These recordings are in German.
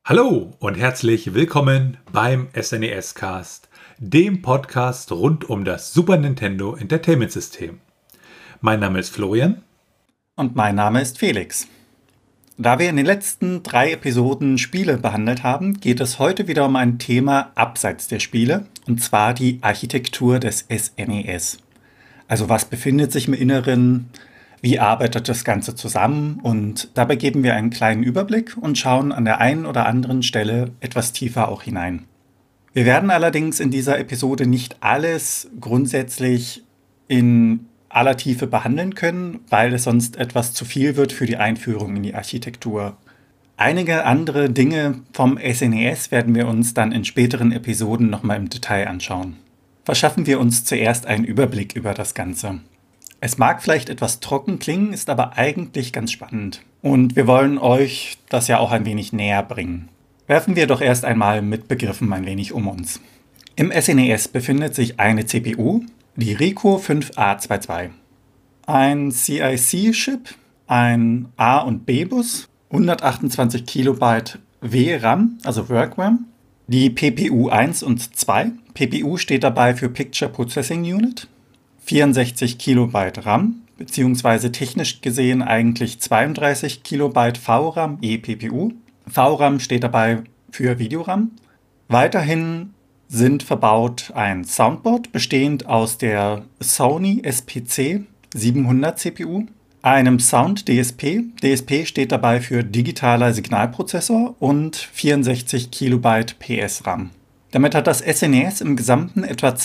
Hallo und herzlich willkommen beim SNES Cast, dem Podcast rund um das Super Nintendo Entertainment System. Mein Name ist Florian. Und mein Name ist Felix. Da wir in den letzten 3 Episoden Spiele behandelt haben, geht es heute wieder um ein Thema abseits der Spiele, und zwar die Architektur des SNES. Also was befindet sich im Inneren, wie arbeitet das Ganze zusammen, und dabei geben wir einen kleinen Überblick und schauen an der einen oder anderen Stelle etwas tiefer auch hinein. Wir werden allerdings in dieser Episode nicht alles grundsätzlich in aller Tiefe behandeln können, weil es sonst etwas zu viel wird für die Einführung in die Architektur. Einige andere Dinge vom SNES werden wir uns dann in späteren Episoden nochmal im Detail anschauen. Verschaffen wir uns zuerst einen Überblick über das Ganze. Es mag vielleicht etwas trocken klingen, ist aber eigentlich ganz spannend. Und wir wollen euch das ja auch ein wenig näher bringen. Werfen wir doch erst einmal mit Begriffen ein wenig um uns. Im SNES befindet sich eine CPU, die Ricoh 5A22. Ein CIC-Chip, ein A- und B-Bus, 128 KB VRAM, also Workram, die PPU 1 und 2. PPU steht dabei für Picture Processing Unit, 64 KB RAM, beziehungsweise technisch gesehen eigentlich 32 KB VRAM ePPU. VRAM steht dabei für Videoram. Weiterhin sind verbaut ein Soundboard, bestehend aus der Sony SPC 700 CPU, einem Sound DSP. DSP steht dabei für digitaler Signalprozessor und 64 KB PS RAM. Damit hat das SNES im Gesamten etwa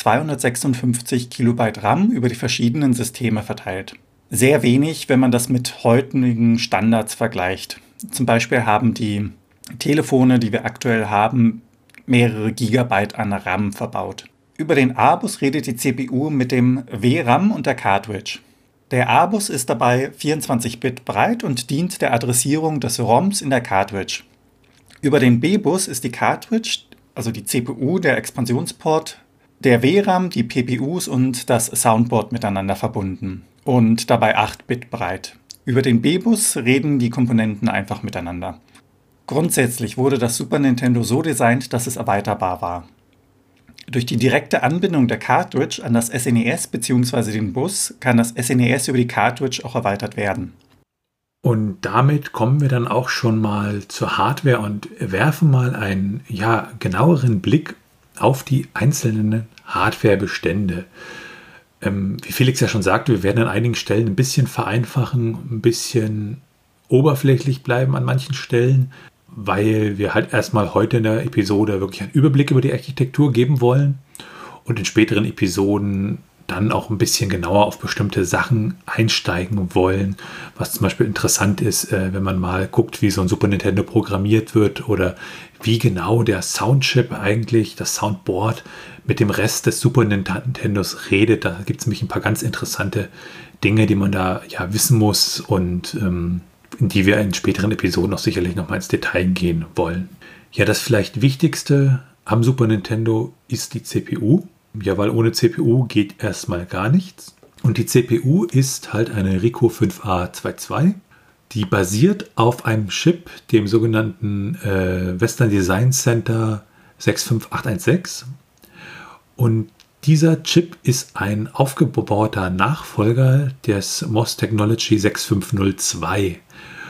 256 KB RAM über die verschiedenen Systeme verteilt. Sehr wenig, wenn man das mit heutigen Standards vergleicht. Zum Beispiel haben die Telefone, die wir aktuell haben, mehrere Gigabyte an RAM verbaut. Über den A-Bus redet die CPU mit dem VRAM und der Cartridge. Der A-Bus ist dabei 24-Bit breit und dient der Adressierung des ROMs in der Cartridge. Über den B-Bus ist die Cartridge, also die CPU, der Expansionsport, der VRAM, die PPUs und das Soundboard miteinander verbunden und dabei 8-Bit breit. Über den B-Bus reden die Komponenten einfach miteinander. Grundsätzlich wurde das Super Nintendo so designt, dass es erweiterbar war. Durch die direkte Anbindung der Cartridge an das SNES bzw. den Bus kann das SNES über die Cartridge auch erweitert werden. Und damit kommen wir dann auch schon mal zur Hardware und werfen mal einen genaueren Blick auf die einzelnen Hardwarebestände. Wie Felix ja schon sagte, wir werden an einigen Stellen ein bisschen vereinfachen, ein bisschen oberflächlich bleiben an manchen Stellen, weil wir halt erstmal heute in der Episode wirklich einen Überblick über die Architektur geben wollen und in späteren Episoden dann auch ein bisschen genauer auf bestimmte Sachen einsteigen wollen, was zum Beispiel interessant ist, wenn man mal guckt, wie so ein Super Nintendo programmiert wird oder wie genau der Soundchip eigentlich, das Soundboard mit dem Rest des Super Nintendos redet. Da gibt es nämlich ein paar ganz interessante Dinge, die man da wissen muss und in die wir in späteren Episoden auch sicherlich noch mal ins Detail gehen wollen. Ja, das vielleicht Wichtigste am Super Nintendo ist die CPU. Ja, weil ohne CPU geht erstmal gar nichts. Und die CPU ist halt eine Ricoh 5A22. Die basiert auf einem Chip, dem sogenannten Western Design Center 65816. Und dieser Chip ist ein aufgebauter Nachfolger des MOS Technology 6502.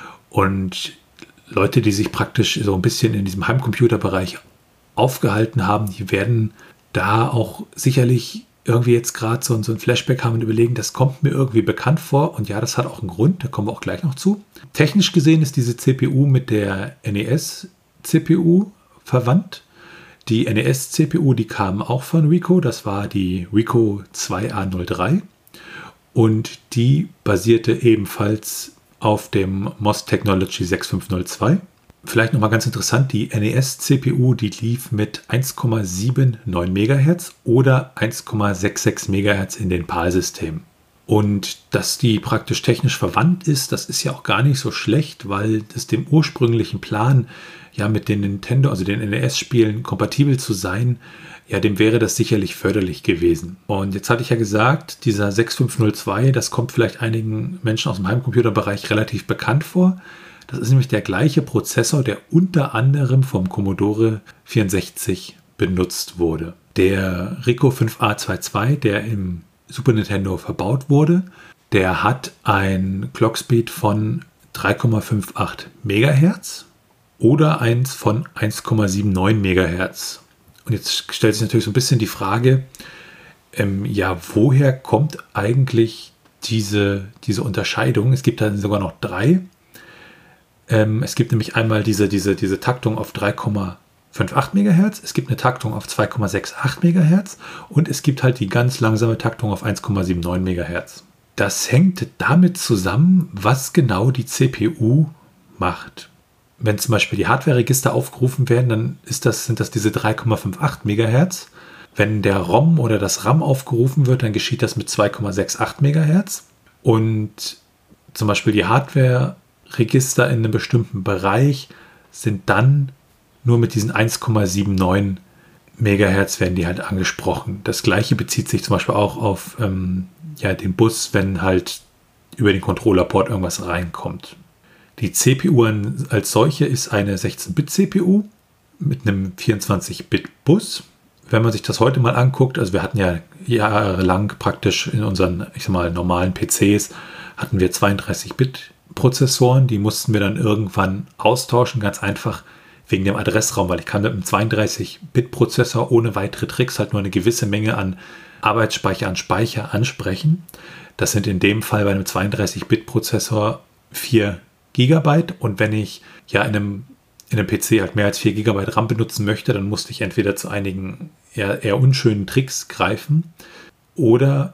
Und Leute, die sich praktisch so ein bisschen in diesem Heimcomputerbereich aufgehalten haben, die werden da auch sicherlich irgendwie jetzt gerade so ein Flashback haben und überlegen, das kommt mir irgendwie bekannt vor. Und ja, das hat auch einen Grund, da kommen wir auch gleich noch zu. Technisch gesehen ist diese CPU mit der NES-CPU verwandt. Die NES-CPU, die kam auch von Ricoh, das war die Ricoh 2A03. Und die basierte ebenfalls auf dem MOS Technology 6502. Vielleicht nochmal ganz interessant, die NES-CPU, die lief mit 1,79 MHz oder 1,66 MHz in den PAL-Systemen. Und dass die praktisch technisch verwandt ist, das ist ja auch gar nicht so schlecht, weil das dem ursprünglichen Plan, mit den Nintendo, also den NES-Spielen kompatibel zu sein, dem wäre das sicherlich förderlich gewesen. Und jetzt hatte ich ja gesagt, dieser 6502, das kommt vielleicht einigen Menschen aus dem Heimcomputerbereich relativ bekannt vor. Das ist nämlich der gleiche Prozessor, der unter anderem vom Commodore 64 benutzt wurde. Der Rico 5A22, der im Super Nintendo verbaut wurde, der hat ein Clockspeed von 3,58 MHz oder eins von 1,79 MHz. Und jetzt stellt sich natürlich so ein bisschen die Frage, woher kommt eigentlich diese Unterscheidung? Es gibt da sogar noch 3. Es gibt nämlich einmal diese Taktung auf 3,58 MHz, es gibt eine Taktung auf 2,68 MHz und es gibt halt die ganz langsame Taktung auf 1,79 MHz. Das hängt damit zusammen, was genau die CPU macht. Wenn zum Beispiel die Hardware-Register aufgerufen werden, dann sind das diese 3,58 MHz. Wenn der ROM oder das RAM aufgerufen wird, dann geschieht das mit 2,68 MHz. Und zum Beispiel die Hardware-Register in einem bestimmten Bereich sind dann nur mit diesen 1,79 MHz werden die halt angesprochen. Das gleiche bezieht sich zum Beispiel auch auf den Bus, wenn halt über den Controller-Port irgendwas reinkommt. Die CPU als solche ist eine 16-Bit-CPU mit einem 24-Bit-Bus. Wenn man sich das heute mal anguckt, also wir hatten ja jahrelang praktisch in unseren, normalen PCs, hatten wir 32-Bit-Prozessoren, die mussten wir dann irgendwann austauschen, ganz einfach wegen dem Adressraum, weil ich kann mit einem 32-Bit-Prozessor ohne weitere Tricks halt nur eine gewisse Menge an Arbeitsspeicher, an Speicher ansprechen. Das sind in dem Fall bei einem 32-Bit-Prozessor 4 Gigabyte und wenn ich in einem PC halt mehr als 4 Gigabyte RAM benutzen möchte, dann musste ich entweder zu einigen eher unschönen Tricks greifen oder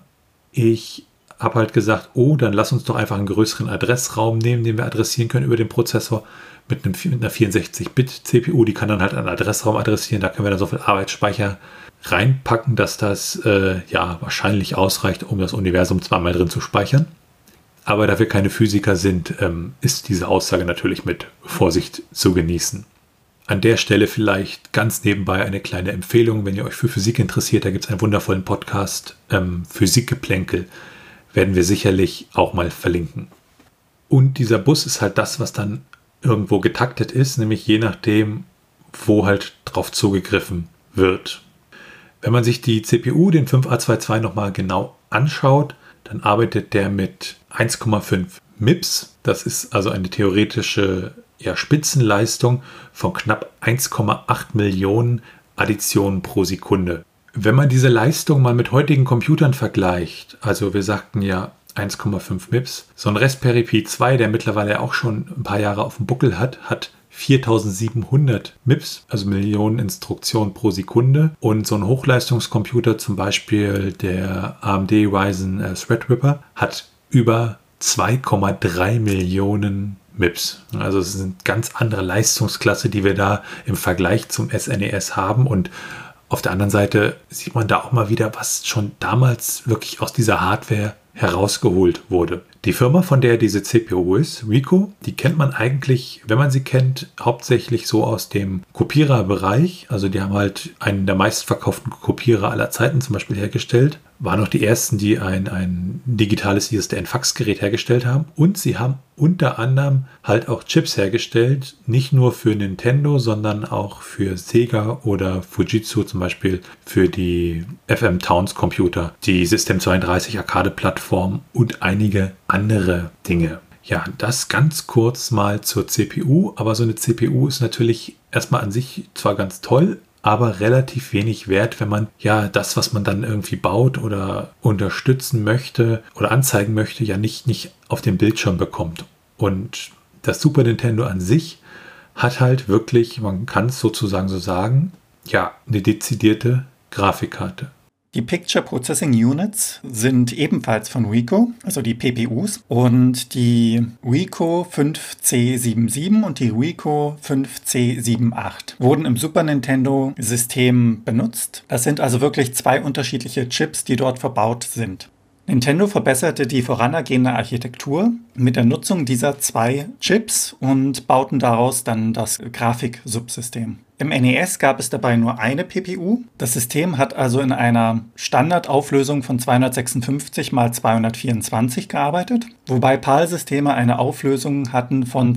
ich habe halt gesagt, dann lass uns doch einfach einen größeren Adressraum nehmen, den wir adressieren können über den Prozessor mit einer 64-Bit-CPU, die kann dann halt einen Adressraum adressieren, da können wir dann so viel Arbeitsspeicher reinpacken, dass das wahrscheinlich ausreicht, um das Universum zweimal drin zu speichern. Aber da wir keine Physiker sind, ist diese Aussage natürlich mit Vorsicht zu genießen. An der Stelle vielleicht ganz nebenbei eine kleine Empfehlung, wenn ihr euch für Physik interessiert, da gibt es einen wundervollen Podcast, Physikgeplänkel, werden wir sicherlich auch mal verlinken. Und dieser Bus ist halt das, was dann irgendwo getaktet ist, nämlich je nachdem, wo halt drauf zugegriffen wird. Wenn man sich die CPU, den 5A22 nochmal genau anschaut, dann arbeitet der mit 1,5 MIPS. Das ist also eine theoretische Spitzenleistung von knapp 1,8 Millionen Additionen pro Sekunde. Wenn man diese Leistung mal mit heutigen Computern vergleicht, also wir sagten ja 1,5 MIPS, so ein Raspberry Pi 2, der mittlerweile auch schon ein paar Jahre auf dem Buckel hat 4700 MIPS, also Millionen Instruktionen pro Sekunde. Und so ein Hochleistungscomputer, zum Beispiel der AMD Ryzen Threadripper, hat über 2,3 Millionen MIPS. Also es ist eine ganz andere Leistungsklasse, die wir da im Vergleich zum SNES haben. Und auf der anderen Seite sieht man da auch mal wieder, was schon damals wirklich aus dieser Hardware herausgeholt wurde. Die Firma, von der diese CPU ist, Ricoh, die kennt man eigentlich, wenn man sie kennt, hauptsächlich so aus dem Kopiererbereich. Also die haben halt einen der meistverkauften Kopierer aller Zeiten zum Beispiel hergestellt. Waren auch die ersten, die ein digitales ISDN-Faxgerät hergestellt haben. Und sie haben unter anderem halt auch Chips hergestellt, nicht nur für Nintendo, sondern auch für Sega oder Fujitsu, zum Beispiel für die FM Towns Computer, die System 32 Arcade-Plattform und einige andere Dinge. Ja, das ganz kurz mal zur CPU, aber so eine CPU ist natürlich erstmal an sich zwar ganz toll, aber relativ wenig wert, wenn man das, was man dann irgendwie baut oder unterstützen möchte oder anzeigen möchte, nicht auf dem Bildschirm bekommt. Und das Super Nintendo an sich hat halt wirklich, man kann es sozusagen so sagen, eine dezidierte Grafikkarte. Die Picture Processing Units sind ebenfalls von Ricoh, also die PPUs, und die Ricoh 5C77 und die Ricoh 5C78 wurden im Super Nintendo-System benutzt. Das sind also wirklich zwei unterschiedliche Chips, die dort verbaut sind. Nintendo verbesserte die vorangehende Architektur mit der Nutzung dieser zwei Chips und bauten daraus dann das Grafiksubsystem. Im NES gab es dabei nur eine PPU. Das System hat also in einer Standardauflösung von 256 x 224 gearbeitet, wobei PAL-Systeme eine Auflösung hatten von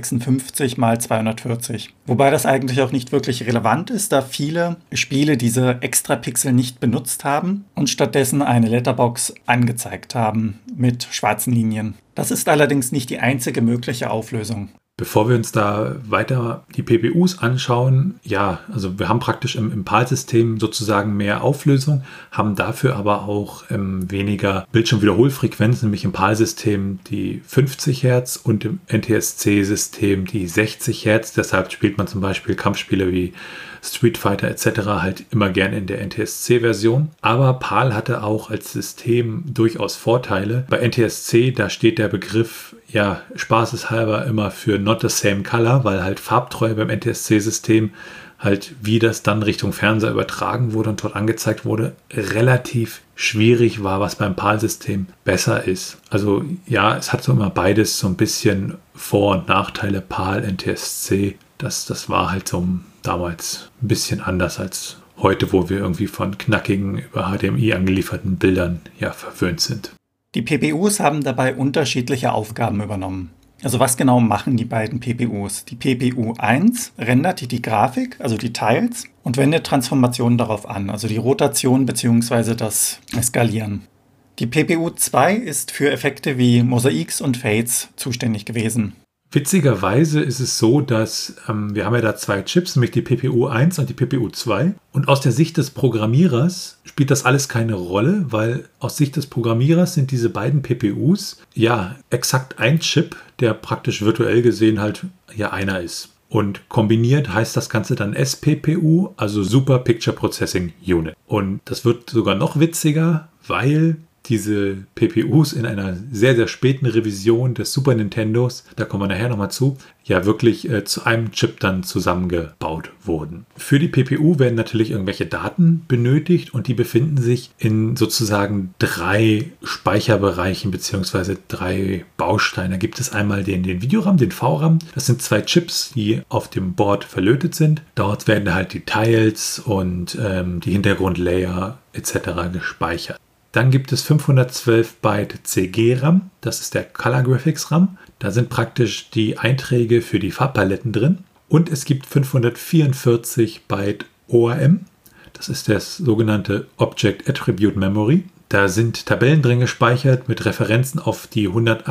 256 x 240. Wobei das eigentlich auch nicht wirklich relevant ist, da viele Spiele diese Extrapixel nicht benutzt haben und stattdessen eine Letterbox angezeigt haben mit schwarzen Linien. Das ist allerdings nicht die einzige mögliche Auflösung. Bevor wir uns da weiter die PPUs anschauen, ja, also wir haben praktisch im PAL-System sozusagen mehr Auflösung, haben dafür aber auch weniger Bildschirmwiederholfrequenzen, nämlich im PAL-System die 50 Hertz und im NTSC-System die 60 Hertz. Deshalb spielt man zum Beispiel Kampfspiele wie Street Fighter etc. halt immer gerne in der NTSC-Version. Aber PAL hatte auch als System durchaus Vorteile. Bei NTSC, da steht der Begriff ja spaßeshalber immer für not the same color, weil halt Farbtreue beim NTSC-System halt, wie das dann Richtung Fernseher übertragen wurde und dort angezeigt wurde, relativ schwierig war, was beim PAL-System besser ist. Also ja, es hat so immer beides so ein bisschen Vor- und Nachteile, PAL, NTSC. Das war halt so damals ein bisschen anders als heute, wo wir irgendwie von knackigen, über HDMI angelieferten Bildern ja verwöhnt sind. Die PPUs haben dabei unterschiedliche Aufgaben übernommen. Also was genau machen die beiden PPUs? Die PPU 1 rendert die Grafik, also die Tiles, und wendet Transformationen darauf an, also die Rotation bzw. das Skalieren. Die PPU 2 ist für Effekte wie Mosaiks und Fades zuständig gewesen. Witzigerweise ist es so, dass wir haben ja da zwei Chips, nämlich die PPU 1 und die PPU 2. Und aus der Sicht des Programmierers spielt das alles keine Rolle, weil aus Sicht des Programmierers sind diese beiden PPUs ja exakt ein Chip, der praktisch virtuell gesehen halt ja einer ist. Und kombiniert heißt das Ganze dann SPPU, also Super Picture Processing Unit. Und das wird sogar noch witziger, weil diese PPUs in einer sehr, sehr späten Revision des Super Nintendos, da kommen wir nachher nochmal zu, ja wirklich zu einem Chip dann zusammengebaut wurden. Für die PPU werden natürlich irgendwelche Daten benötigt und die befinden sich in sozusagen 3 Speicherbereichen bzw. 3 Bausteine. Da gibt es einmal den Videoram, den VRAM. Das sind 2 Chips, die auf dem Board verlötet sind. Dort werden halt die Tiles und die Hintergrundlayer etc. gespeichert. Dann gibt es 512 Byte CG-RAM, das ist der Color Graphics RAM. Da sind praktisch die Einträge für die Farbpaletten drin. Und es gibt 544 Byte ORM, das ist das sogenannte Object Attribute Memory. Da sind Tabellen drin gespeichert mit Referenzen auf die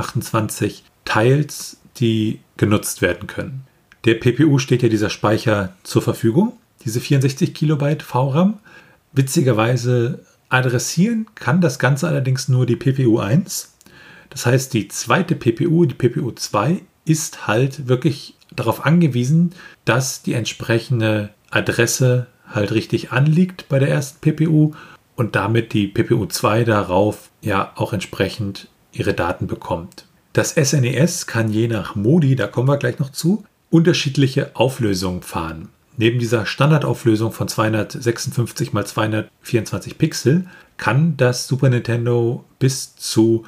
128 Tiles, die genutzt werden können. Der PPU steht ja dieser Speicher zur Verfügung, diese 64 Kilobyte VRAM. Witzigerweise adressieren kann das Ganze allerdings nur die PPU 1. Das heißt, die zweite PPU, die PPU 2, ist halt wirklich darauf angewiesen, dass die entsprechende Adresse halt richtig anliegt bei der ersten PPU und damit die PPU 2 darauf ja auch entsprechend ihre Daten bekommt. Das SNES kann je nach Modi, da kommen wir gleich noch zu, unterschiedliche Auflösungen fahren. Neben dieser Standardauflösung von 256 x 224 Pixel kann das Super Nintendo bis zu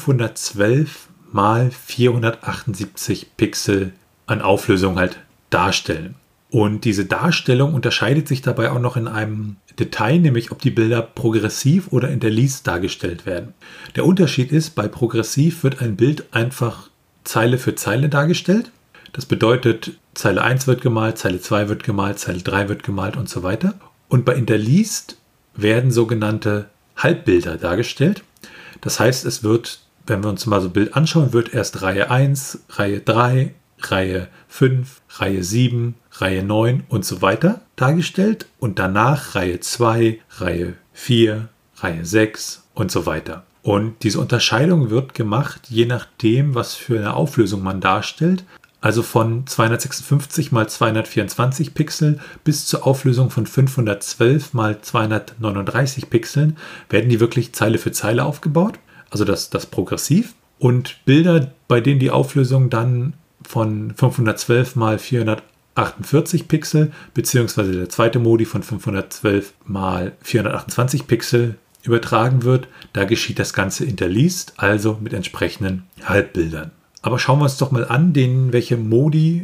512 x 478 Pixel an Auflösung halt darstellen. Und diese Darstellung unterscheidet sich dabei auch noch in einem Detail, nämlich ob die Bilder progressiv oder interleaved dargestellt werden. Der Unterschied ist, bei progressiv wird ein Bild einfach Zeile für Zeile dargestellt. Das bedeutet, Zeile 1 wird gemalt, Zeile 2 wird gemalt, Zeile 3 wird gemalt und so weiter. Und bei interleaved werden sogenannte Halbbilder dargestellt. Das heißt, es wird, wenn wir uns mal so ein Bild anschauen, wird erst Reihe 1, Reihe 3, Reihe 5, Reihe 7, Reihe 9 und so weiter dargestellt und danach Reihe 2, Reihe 4, Reihe 6 und so weiter. Und diese Unterscheidung wird gemacht, je nachdem, was für eine Auflösung man darstellt. Also von 256 x 224 Pixel bis zur Auflösung von 512 x 239 Pixeln werden die wirklich Zeile für Zeile aufgebaut. Also das progressiv. Und Bilder, bei denen die Auflösung dann von 512 x 448 Pixel beziehungsweise der zweite Modi von 512 x 428 Pixel übertragen wird, da geschieht das Ganze interleaved, also mit entsprechenden Halbbildern. Aber schauen wir uns doch mal an, welche Modi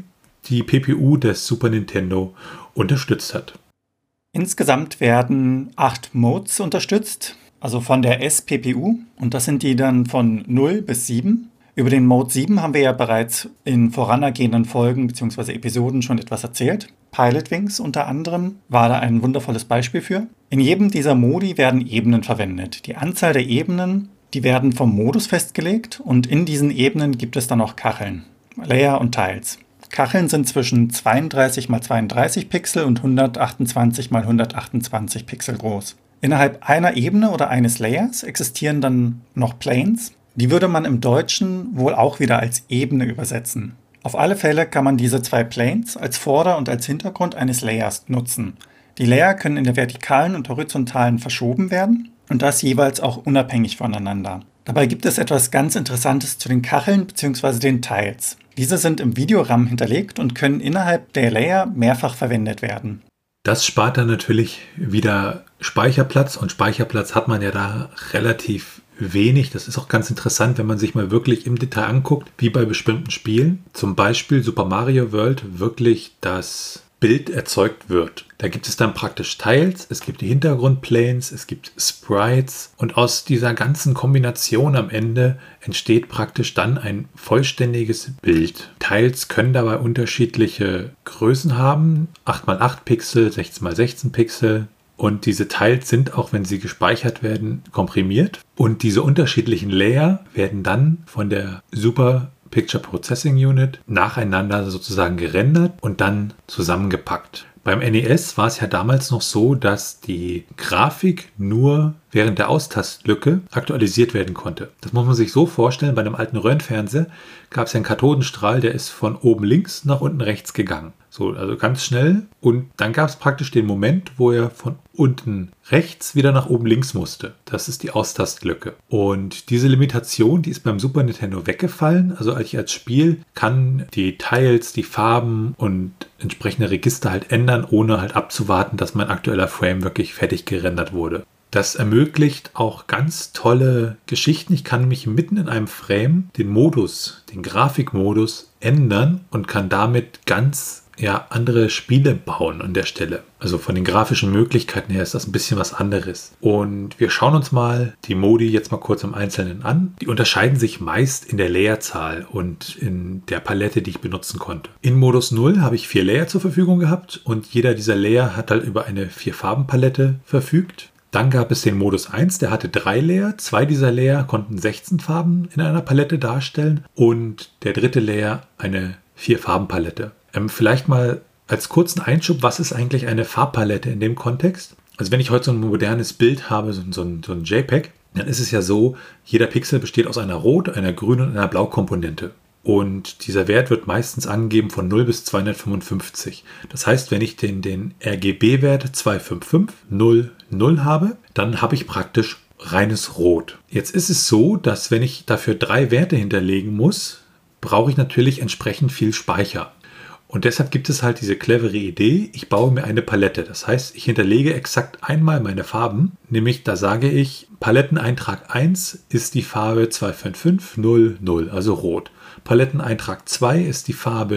die PPU des Super Nintendo unterstützt hat. Insgesamt werden 8 Modes unterstützt, also von der SPPU, und das sind die dann von 0 bis 7. Über den Mode 7 haben wir ja bereits in vorangehenden Folgen bzw. Episoden schon etwas erzählt. Pilotwings unter anderem war da ein wundervolles Beispiel für. In jedem dieser Modi werden Ebenen verwendet. Die Anzahl der Ebenen, die werden vom Modus festgelegt und in diesen Ebenen gibt es dann auch Kacheln, Layer und Tiles. Kacheln sind zwischen 32 x 32 Pixel und 128 x 128 Pixel groß. Innerhalb einer Ebene oder eines Layers existieren dann noch Planes. Die würde man im Deutschen wohl auch wieder als Ebene übersetzen. Auf alle Fälle kann man diese 2 Planes als Vorder- und als Hintergrund eines Layers nutzen. Die Layer können in der vertikalen und horizontalen verschoben werden und das jeweils auch unabhängig voneinander. Dabei gibt es etwas ganz Interessantes zu den Kacheln bzw. den Tiles. Diese sind im Videoram hinterlegt und können innerhalb der Layer mehrfach verwendet werden. Das spart dann natürlich wieder Speicherplatz und Speicherplatz hat man ja da relativ wenig. Das ist auch ganz interessant, wenn man sich mal wirklich im Detail anguckt, wie bei bestimmten Spielen. Zum Beispiel Super Mario World wirklich das Bild erzeugt wird. Da gibt es dann praktisch Tiles, es gibt die Hintergrundplanes, es gibt Sprites und aus dieser ganzen Kombination am Ende entsteht praktisch dann ein vollständiges Bild. Tiles können dabei unterschiedliche Größen haben, 8x8 Pixel, 16x16 Pixel. Und diese Tiles sind, auch wenn sie gespeichert werden, komprimiert. Und diese unterschiedlichen Layer werden dann von der Super Picture Processing Unit nacheinander sozusagen gerendert und dann zusammengepackt. Beim NES war es ja damals noch so, dass die Grafik nur während der Austastlücke aktualisiert werden konnte. Das muss man sich so vorstellen, bei einem alten Röhrenfernseher gab es ja einen Kathodenstrahl, der ist von oben links nach unten rechts gegangen. So, also ganz schnell. Und dann gab es praktisch den Moment, wo er von unten rechts wieder nach oben links musste. Das ist die Austastlücke. Und diese Limitation, die ist beim Super Nintendo weggefallen. Also als Spiel kann die Tiles, die Farben und entsprechende Register halt ändern, ohne halt abzuwarten, dass mein aktueller Frame wirklich fertig gerendert wurde. Das ermöglicht auch ganz tolle Geschichten. Ich kann mich mitten in einem Frame den Grafikmodus ändern und kann damit ganz andere Spiele bauen an der Stelle. Also von den grafischen Möglichkeiten her ist das ein bisschen was anderes. Und wir schauen uns mal die Modi jetzt mal kurz im Einzelnen an. Die unterscheiden sich meist in der Layerzahl und in der Palette, die ich benutzen konnte. In Modus 0 habe ich 4 Layer zur Verfügung gehabt und jeder dieser Layer hat halt über eine 4-Farben-Palette verfügt. Dann gab es den Modus 1, der hatte 3 Layer. 2 dieser Layer konnten 16 Farben in einer Palette darstellen und der dritte Layer eine 4-Farben-Palette. Vielleicht mal als kurzen Einschub, was ist eigentlich eine Farbpalette in dem Kontext? Also wenn ich heute so ein modernes Bild habe, so ein JPEG, dann ist es ja so, jeder Pixel besteht aus einer Rot-, einer Grün- und einer Blau-Komponente. Und dieser Wert wird meistens angegeben von 0 bis 255. Das heißt, wenn ich den RGB-Wert 25500 habe, dann habe ich praktisch reines Rot. Jetzt ist es so, dass wenn ich dafür 3 Werte hinterlegen muss, brauche ich natürlich entsprechend viel Speicher. Und deshalb gibt es halt diese clevere Idee, ich baue mir eine Palette. Das heißt, ich hinterlege exakt einmal meine Farben, nämlich da sage ich, Paletteneintrag 1 ist die Farbe 25500, also rot. Paletteneintrag 2 ist die Farbe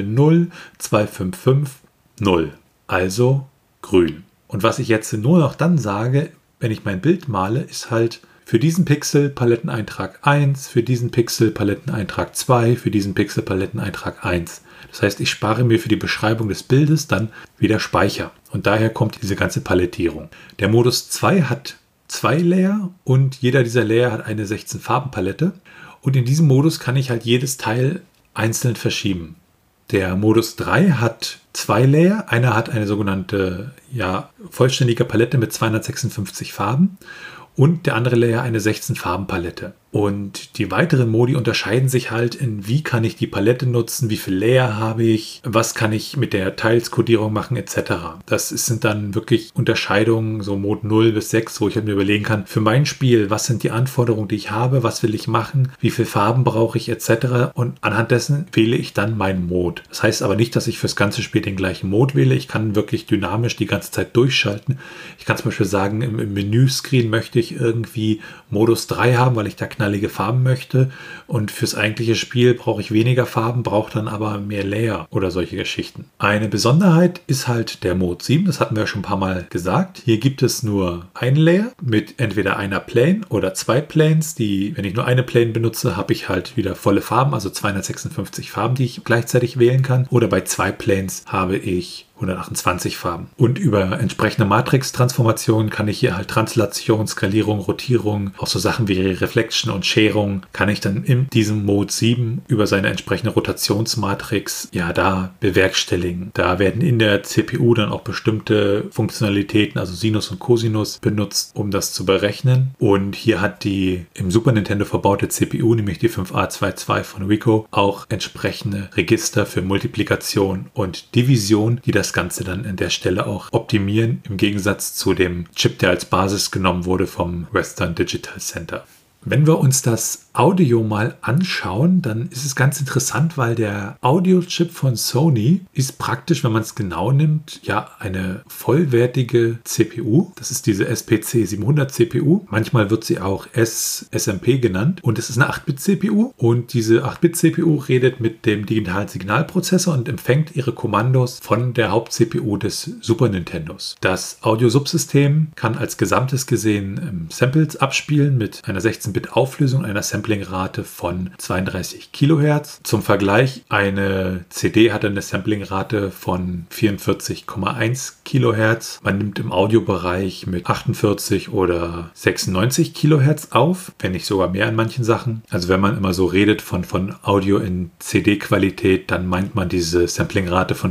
02550, also grün. Und was ich jetzt nur noch dann sage, wenn ich mein Bild male, ist halt für diesen Pixel Paletteneintrag 1, für diesen Pixel Paletteneintrag 2, für diesen Pixel Paletteneintrag 1. Das heißt, ich spare mir für die Beschreibung des Bildes dann wieder Speicher. Und daher kommt diese ganze Palettierung. Der Modus 2 hat 2 Layer und jeder dieser Layer hat eine 16-Farben-Palette. Und in diesem Modus kann ich halt jedes Teil einzeln verschieben. Der Modus 3 hat 2 Layer. Einer hat eine sogenannte vollständige Palette mit 256 Farben. Und der andere Layer eine 16-Farben-Palette. Und die weiteren Modi unterscheiden sich halt in, wie kann ich die Palette nutzen, wie viele Layer habe ich, was kann ich mit der Tiles-Kodierung machen, etc. Das sind dann wirklich Unterscheidungen, so Mode 0 bis 6, wo ich halt mir überlegen kann, für mein Spiel, was sind die Anforderungen, die ich habe, was will ich machen, wie viele Farben brauche ich, etc. Und anhand dessen wähle ich dann meinen Mode. Das heißt aber nicht, dass ich fürs ganze Spiel den gleichen Mode wähle. Ich kann wirklich dynamisch die ganze Zeit durchschalten. Ich kann zum Beispiel sagen, im Menüscreen möchte ich irgendwie Modus 3 haben, weil ich da knallige Farben möchte und fürs eigentliche Spiel brauche ich weniger Farben, brauche dann aber mehr Layer oder solche Geschichten. Eine Besonderheit ist halt der Mode 7, das hatten wir schon ein paar Mal gesagt. Hier gibt es nur einen Layer mit entweder einer Plane oder zwei Planes, wenn ich nur eine Plane benutze, habe ich halt wieder volle Farben, also 256 Farben, die ich gleichzeitig wählen kann. Oder bei zwei Planes habe ich 128 Farben. Und über entsprechende Matrix-Transformationen kann ich hier halt Translation, Skalierung, Rotierung, auch so Sachen wie Reflection und Scherung, kann ich dann in diesem Mode 7 über seine entsprechende Rotationsmatrix da bewerkstelligen. Da werden in der CPU dann auch bestimmte Funktionalitäten, also Sinus und Cosinus, benutzt, um das zu berechnen. Und hier hat die im Super Nintendo verbaute CPU, nämlich die 5A22 von Rico, auch entsprechende Register für Multiplikation und Division, die das Ganze dann an der Stelle auch optimieren, im Gegensatz zu dem Chip, der als Basis genommen wurde vom Western Digital Center. Wenn wir uns das Audio mal anschauen, dann ist es ganz interessant, weil der Audio-Chip von Sony ist praktisch, wenn man es genau nimmt, eine vollwertige CPU. Das ist diese SPC 700 CPU. Manchmal wird sie auch SMP genannt. Und es ist eine 8-Bit-CPU. Und diese 8-Bit-CPU redet mit dem digitalen Signalprozessor und empfängt ihre Kommandos von der Haupt-CPU des Super Nintendos. Das Audio-Subsystem kann als Gesamtes gesehen Samples abspielen mit einer 16-Bit-Auflösung, einer Samplingrate von 32 Kilohertz. Zum Vergleich, eine CD hat eine Samplingrate von 44,1 Kilohertz. Man nimmt im Audiobereich mit 48 oder 96 Kilohertz auf, wenn nicht sogar mehr an manchen Sachen. Also wenn man immer so redet von Audio in CD-Qualität, dann meint man diese Samplingrate von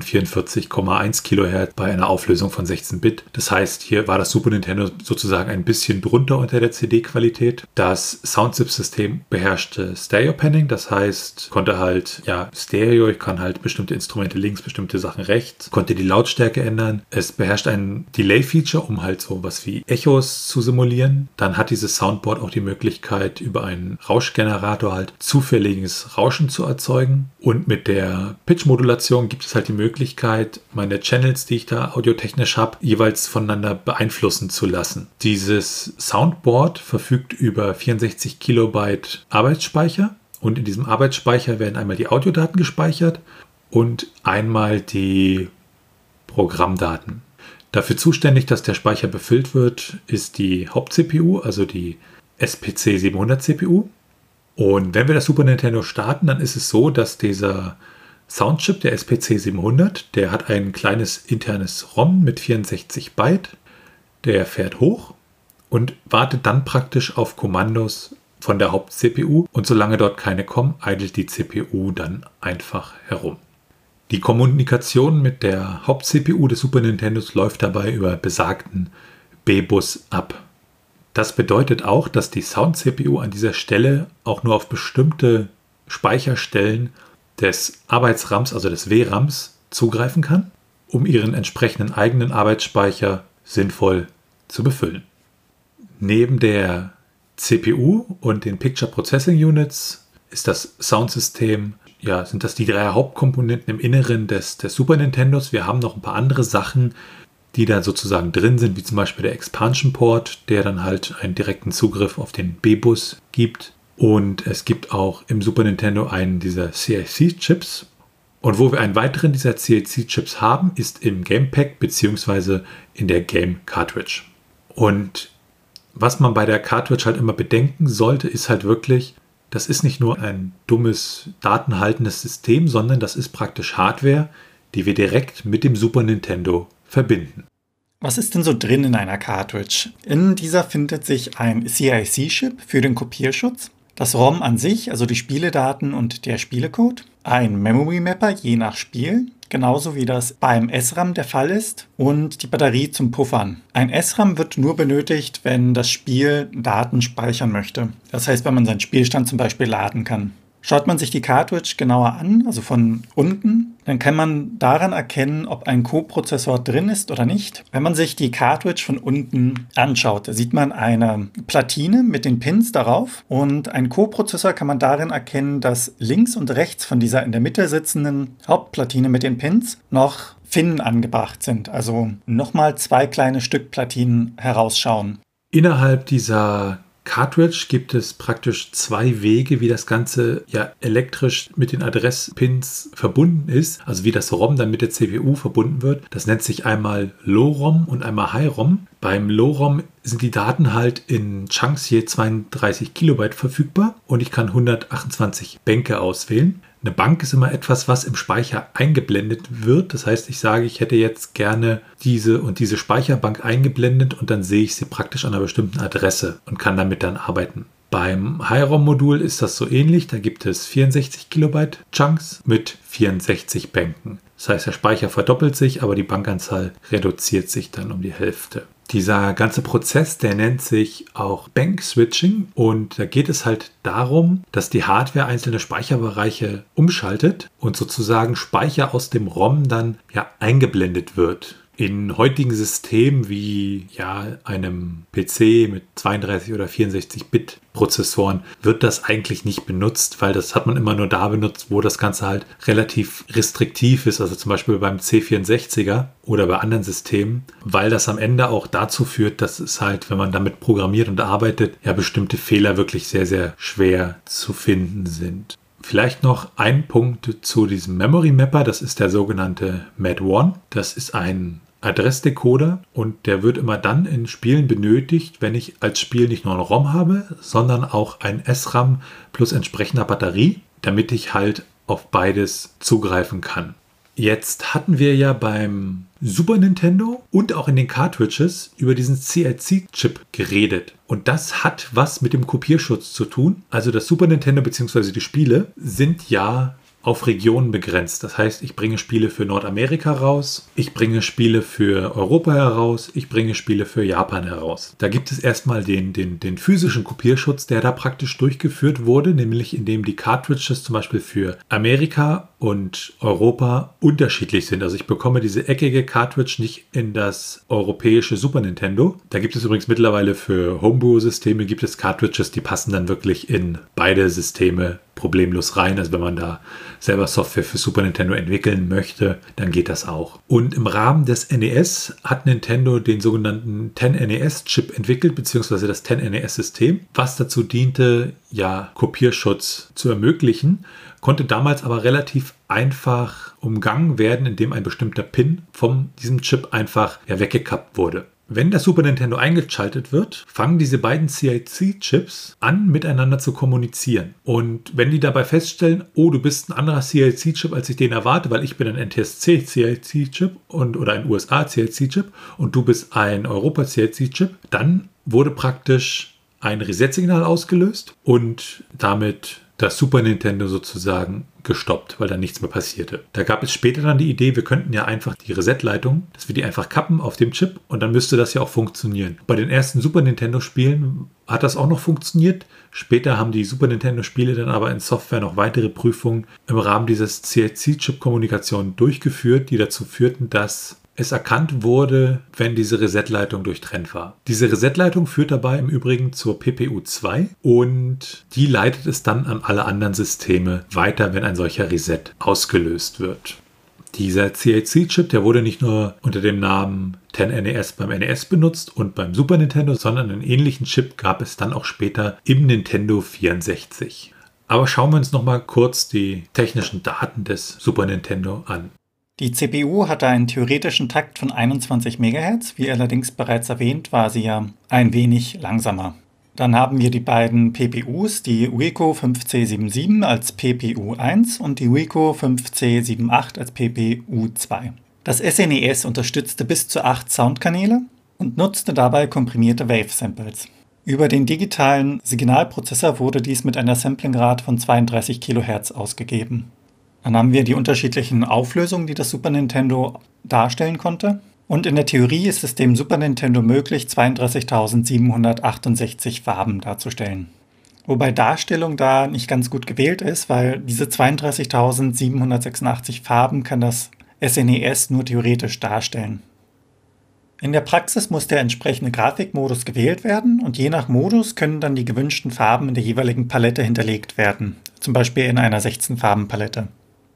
44,1 Kilohertz bei einer Auflösung von 16 Bit. Das heißt, hier war das Super Nintendo sozusagen ein bisschen drunter unter der CD-Qualität. Das Soundchip-System beherrschte Stereo-Panning, das heißt, konnte halt Stereo, ich kann halt bestimmte Instrumente links, bestimmte Sachen rechts, konnte die Lautstärke ändern. Es beherrscht ein Delay-Feature, um halt so was wie Echos zu simulieren. Dann hat dieses Soundboard auch die Möglichkeit, über einen Rauschgenerator halt zufälliges Rauschen zu erzeugen. Und mit der Pitch-Modulation gibt es halt die Möglichkeit, meine Channels, die ich da audiotechnisch habe, jeweils voneinander beeinflussen zu lassen. Dieses Soundboard verfügt über 64 Kilobyte Arbeitsspeicher und in diesem Arbeitsspeicher werden einmal die Audiodaten gespeichert und einmal die Programmdaten. Dafür zuständig, dass der Speicher befüllt wird, ist die Haupt-CPU, also die SPC 700 CPU. Und wenn wir das Super Nintendo starten, dann ist es so, dass dieser Soundchip, der SPC 700, der hat ein kleines internes ROM mit 64 Byte. Der fährt hoch und wartet dann praktisch auf Kommandos von der Haupt-CPU. Und solange dort keine kommen, idelt die CPU dann einfach herum. Die Kommunikation mit der Haupt-CPU des Super Nintendos läuft dabei über besagten B-Bus ab. Das bedeutet auch, dass die Sound-CPU an dieser Stelle auch nur auf bestimmte Speicherstellen des Arbeitsrams, also des W-Rams, zugreifen kann, um ihren entsprechenden eigenen Arbeitsspeicher sinnvoll zu befüllen. Neben der CPU und den Picture Processing Units ist das Soundsystem, sind das die drei Hauptkomponenten im Inneren des Super Nintendos. Wir haben noch ein paar andere Sachen, die da sozusagen drin sind, wie zum Beispiel der Expansion Port, der dann halt einen direkten Zugriff auf den B-Bus gibt. Und es gibt auch im Super Nintendo einen dieser CIC-Chips. Und wo wir einen weiteren dieser CIC-Chips haben, ist im Gamepack bzw. in der Game Cartridge. Und was man bei der Cartridge halt immer bedenken sollte, ist halt wirklich, das ist nicht nur ein dummes datenhaltendes System, sondern das ist praktisch Hardware, die wir direkt mit dem Super Nintendo verbinden. Was ist denn so drin in einer Cartridge? In dieser findet sich ein CIC-Chip für den Kopierschutz, das ROM an sich, also die Spieledaten und der Spielecode, ein Memory Mapper je nach Spiel, genauso wie das beim SRAM der Fall ist, und die Batterie zum Puffern. Ein SRAM wird nur benötigt, wenn das Spiel Daten speichern möchte. Das heißt, wenn man seinen Spielstand zum Beispiel laden kann. Schaut man sich die Cartridge genauer an, also von unten, dann kann man daran erkennen, ob ein Co-Prozessor drin ist oder nicht. Wenn man sich die Cartridge von unten anschaut, da sieht man eine Platine mit den Pins darauf und ein Co-Prozessor kann man darin erkennen, dass links und rechts von dieser in der Mitte sitzenden Hauptplatine mit den Pins noch Finnen angebracht sind, also nochmal 2 kleine Stück Platinen herausschauen. Innerhalb dieser Cartridge gibt es praktisch 2 Wege, wie das Ganze ja elektrisch mit den Adresspins verbunden ist, also wie das ROM dann mit der CPU verbunden wird. Das nennt sich einmal Low-ROM und einmal High-ROM. Beim Low-ROM sind die Daten halt in Chunks je 32 Kilobyte verfügbar und ich kann 128 Bänke auswählen. Eine Bank ist immer etwas, was im Speicher eingeblendet wird. Das heißt, ich sage, ich hätte jetzt gerne diese und diese Speicherbank eingeblendet und dann sehe ich sie praktisch an einer bestimmten Adresse und kann damit dann arbeiten. Beim High-ROM-Modul ist das so ähnlich. Da gibt es 64 Kilobyte Chunks mit 64 Bänken. Das heißt, der Speicher verdoppelt sich, aber die Bankanzahl reduziert sich dann um die Hälfte. Dieser ganze Prozess, der nennt sich auch Bank-Switching und da geht es halt darum, dass die Hardware einzelne Speicherbereiche umschaltet und sozusagen Speicher aus dem ROM dann ja eingeblendet wird. In heutigen Systemen wie einem PC mit 32 oder 64-Bit Prozessoren wird das eigentlich nicht benutzt, weil das hat man immer nur da benutzt, wo das Ganze halt relativ restriktiv ist, also zum Beispiel beim C64er oder bei anderen Systemen, weil das am Ende auch dazu führt, dass es halt, wenn man damit programmiert und arbeitet, ja bestimmte Fehler wirklich sehr, sehr schwer zu finden sind. Vielleicht noch ein Punkt zu diesem Memory Mapper, das ist der sogenannte MAD1. Das ist ein Adressdecoder und der wird immer dann in Spielen benötigt, wenn ich als Spiel nicht nur ein ROM habe, sondern auch ein SRAM plus entsprechender Batterie, damit ich halt auf beides zugreifen kann. Jetzt hatten wir ja beim Super Nintendo und auch in den Cartridges über diesen CIC-Chip geredet. Und das hat was mit dem Kopierschutz zu tun. Also das Super Nintendo bzw. die Spiele sind ja auf Regionen begrenzt. Das heißt, ich bringe Spiele für Nordamerika raus, ich bringe Spiele für Europa heraus, ich bringe Spiele für Japan heraus. Da gibt es erstmal den physischen Kopierschutz, der da praktisch durchgeführt wurde, nämlich indem die Cartridges zum Beispiel für Amerika und Europa unterschiedlich sind. Also ich bekomme diese eckige Cartridge nicht in das europäische Super Nintendo. Da gibt es übrigens mittlerweile für Homebrew-Systeme gibt es Cartridges, die passen dann wirklich in beide Systeme problemlos rein. Also wenn man da selber Software für Super Nintendo entwickeln möchte, dann geht das auch. Und im Rahmen des NES hat Nintendo den sogenannten 10NES-Chip entwickelt, beziehungsweise das 10NES-System, was dazu diente, ja, Kopierschutz zu ermöglichen, konnte damals aber relativ einfach umgangen werden, indem ein bestimmter Pin von diesem Chip einfach weggekappt wurde. Wenn das Super Nintendo eingeschaltet wird, fangen diese beiden CIC-Chips an, miteinander zu kommunizieren. Und wenn die dabei feststellen, oh, du bist ein anderer CIC-Chip, als ich den erwarte, weil ich bin ein NTSC-CIC-Chip oder ein USA-CIC-Chip und du bist ein Europa-CIC-Chip, dann wurde praktisch ein Reset-Signal ausgelöst und damit das Super Nintendo sozusagen gestoppt, weil dann nichts mehr passierte. Da gab es später dann die Idee, wir könnten ja einfach die Reset-Leitung, dass wir die einfach kappen auf dem Chip und dann müsste das ja auch funktionieren. Bei den ersten Super Nintendo-Spielen hat das auch noch funktioniert. Später haben die Super Nintendo-Spiele dann aber in Software noch weitere Prüfungen im Rahmen dieses CIC-Chip-Kommunikation durchgeführt, die dazu führten, dass es erkannt wurde, wenn diese Resetleitung durchtrennt war. Diese Resetleitung führt dabei im Übrigen zur PPU2 und die leitet es dann an alle anderen Systeme weiter, wenn ein solcher Reset ausgelöst wird. Dieser CIC-Chip, der wurde nicht nur unter dem Namen 10NES beim NES benutzt und beim Super Nintendo, sondern einen ähnlichen Chip gab es dann auch später im Nintendo 64. Aber schauen wir uns nochmal kurz die technischen Daten des Super Nintendo an. Die CPU hatte einen theoretischen Takt von 21 MHz, wie allerdings bereits erwähnt, war sie ja ein wenig langsamer. Dann haben wir die beiden PPUs, die Ricoh 5C77 als PPU1 und die Ricoh 5C78 als PPU2. Das SNES unterstützte bis zu 8 Soundkanäle und nutzte dabei komprimierte Wave-Samples. Über den digitalen Signalprozessor wurde dies mit einer Samplingrate von 32 kHz ausgegeben. Dann haben wir die unterschiedlichen Auflösungen, die das Super Nintendo darstellen konnte. Und in der Theorie ist es dem Super Nintendo möglich, 32.768 Farben darzustellen. Wobei Darstellung da nicht ganz gut gewählt ist, weil diese 32.786 Farben kann das SNES nur theoretisch darstellen. In der Praxis muss der entsprechende Grafikmodus gewählt werden und je nach Modus können dann die gewünschten Farben in der jeweiligen Palette hinterlegt werden, zum Beispiel in einer 16-Farben-Palette.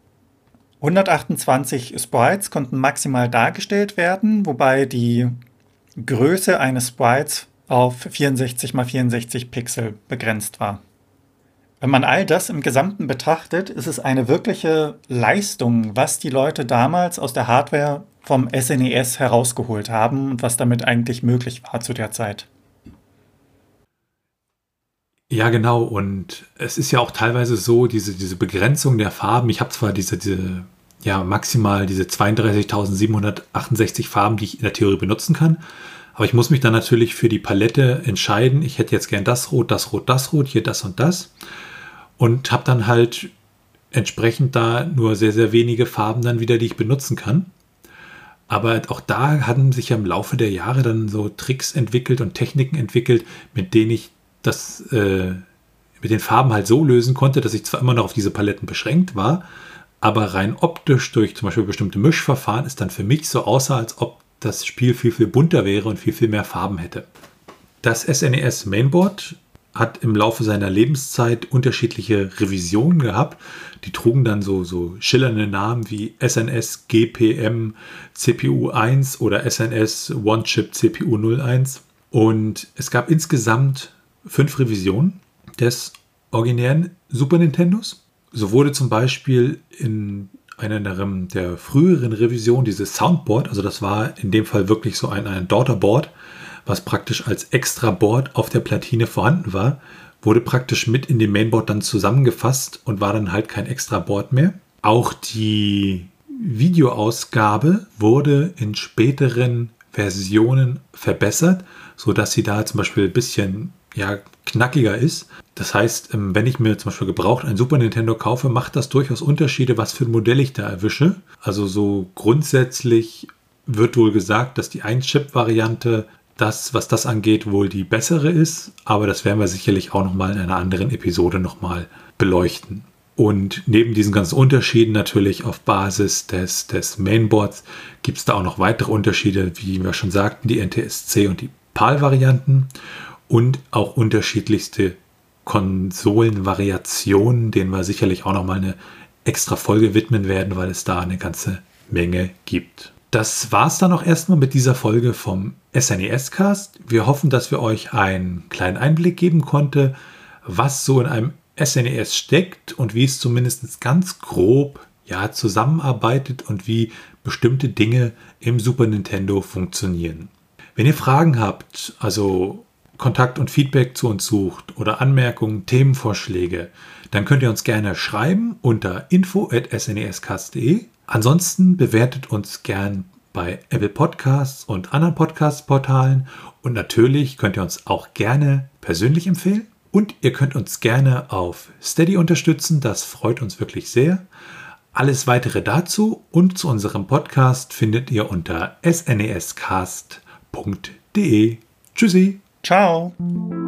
128 Sprites konnten maximal dargestellt werden, wobei die Größe eines Sprites auf 64 x 64 Pixel begrenzt war. Wenn man all das im Gesamten betrachtet, ist es eine wirkliche Leistung, was die Leute damals aus der Hardware vom SNES herausgeholt haben und was damit eigentlich möglich war zu der Zeit. Ja, genau. Und es ist ja auch teilweise so, diese Begrenzung der Farben. Ich habe zwar maximal diese 32.768 Farben, die ich in der Theorie benutzen kann. Aber ich muss mich dann natürlich für die Palette entscheiden. Ich hätte jetzt gern das Rot, das Rot, das Rot, hier das und das. Und habe dann halt entsprechend da nur sehr, sehr wenige Farben dann wieder, die ich benutzen kann. Aber auch da hatten sich ja im Laufe der Jahre dann so Tricks entwickelt und Techniken entwickelt, mit denen ich das mit den Farben halt so lösen konnte, dass ich zwar immer noch auf diese Paletten beschränkt war, aber rein optisch durch zum Beispiel bestimmte Mischverfahren es dann für mich so aussah, als ob das Spiel viel, viel bunter wäre und viel, viel mehr Farben hätte. Das SNES Mainboard hat im Laufe seiner Lebenszeit unterschiedliche Revisionen gehabt. Die trugen dann so schillernde Namen wie SNS GPM CPU 1 oder SNS One Chip CPU 01. Und es gab insgesamt 5 Revisionen des originären Super Nintendos. So wurde zum Beispiel in einer der früheren Revisionen dieses Soundboard, also das war in dem Fall wirklich so ein Daughterboard, was praktisch als extra Board auf der Platine vorhanden war, wurde praktisch mit in dem Mainboard dann zusammengefasst und war dann halt kein extra Board mehr. Auch die Videoausgabe wurde in späteren Versionen verbessert, sodass sie da zum Beispiel ein bisschen knackiger ist. Das heißt, wenn ich mir zum Beispiel gebraucht ein Super Nintendo kaufe, macht das durchaus Unterschiede, was für ein Modell ich da erwische. Also so grundsätzlich wird wohl gesagt, dass die 1-Chip-Variante was das angeht, wohl die bessere ist, aber das werden wir sicherlich auch nochmal in einer anderen Episode nochmal beleuchten. Und neben diesen ganzen Unterschieden natürlich auf Basis des Mainboards gibt es da auch noch weitere Unterschiede, wie wir schon sagten, die NTSC und die PAL-Varianten und auch unterschiedlichste Konsolenvariationen, denen wir sicherlich auch nochmal eine extra Folge widmen werden, weil es da eine ganze Menge gibt. Das war es dann auch erstmal mit dieser Folge vom SNES-Cast. Wir hoffen, dass wir euch einen kleinen Einblick geben konnten, was so in einem SNES steckt und wie es zumindest ganz grob zusammenarbeitet und wie bestimmte Dinge im Super Nintendo funktionieren. Wenn ihr Fragen habt, also Kontakt und Feedback zu uns sucht oder Anmerkungen, Themenvorschläge, dann könnt ihr uns gerne schreiben unter info@snescast.de. Ansonsten bewertet uns gern bei Apple Podcasts und anderen Podcast-Portalen und natürlich könnt ihr uns auch gerne persönlich empfehlen und ihr könnt uns gerne auf Steady unterstützen, das freut uns wirklich sehr. Alles weitere dazu und zu unserem Podcast findet ihr unter snescast.de. Tschüssi! Ciao!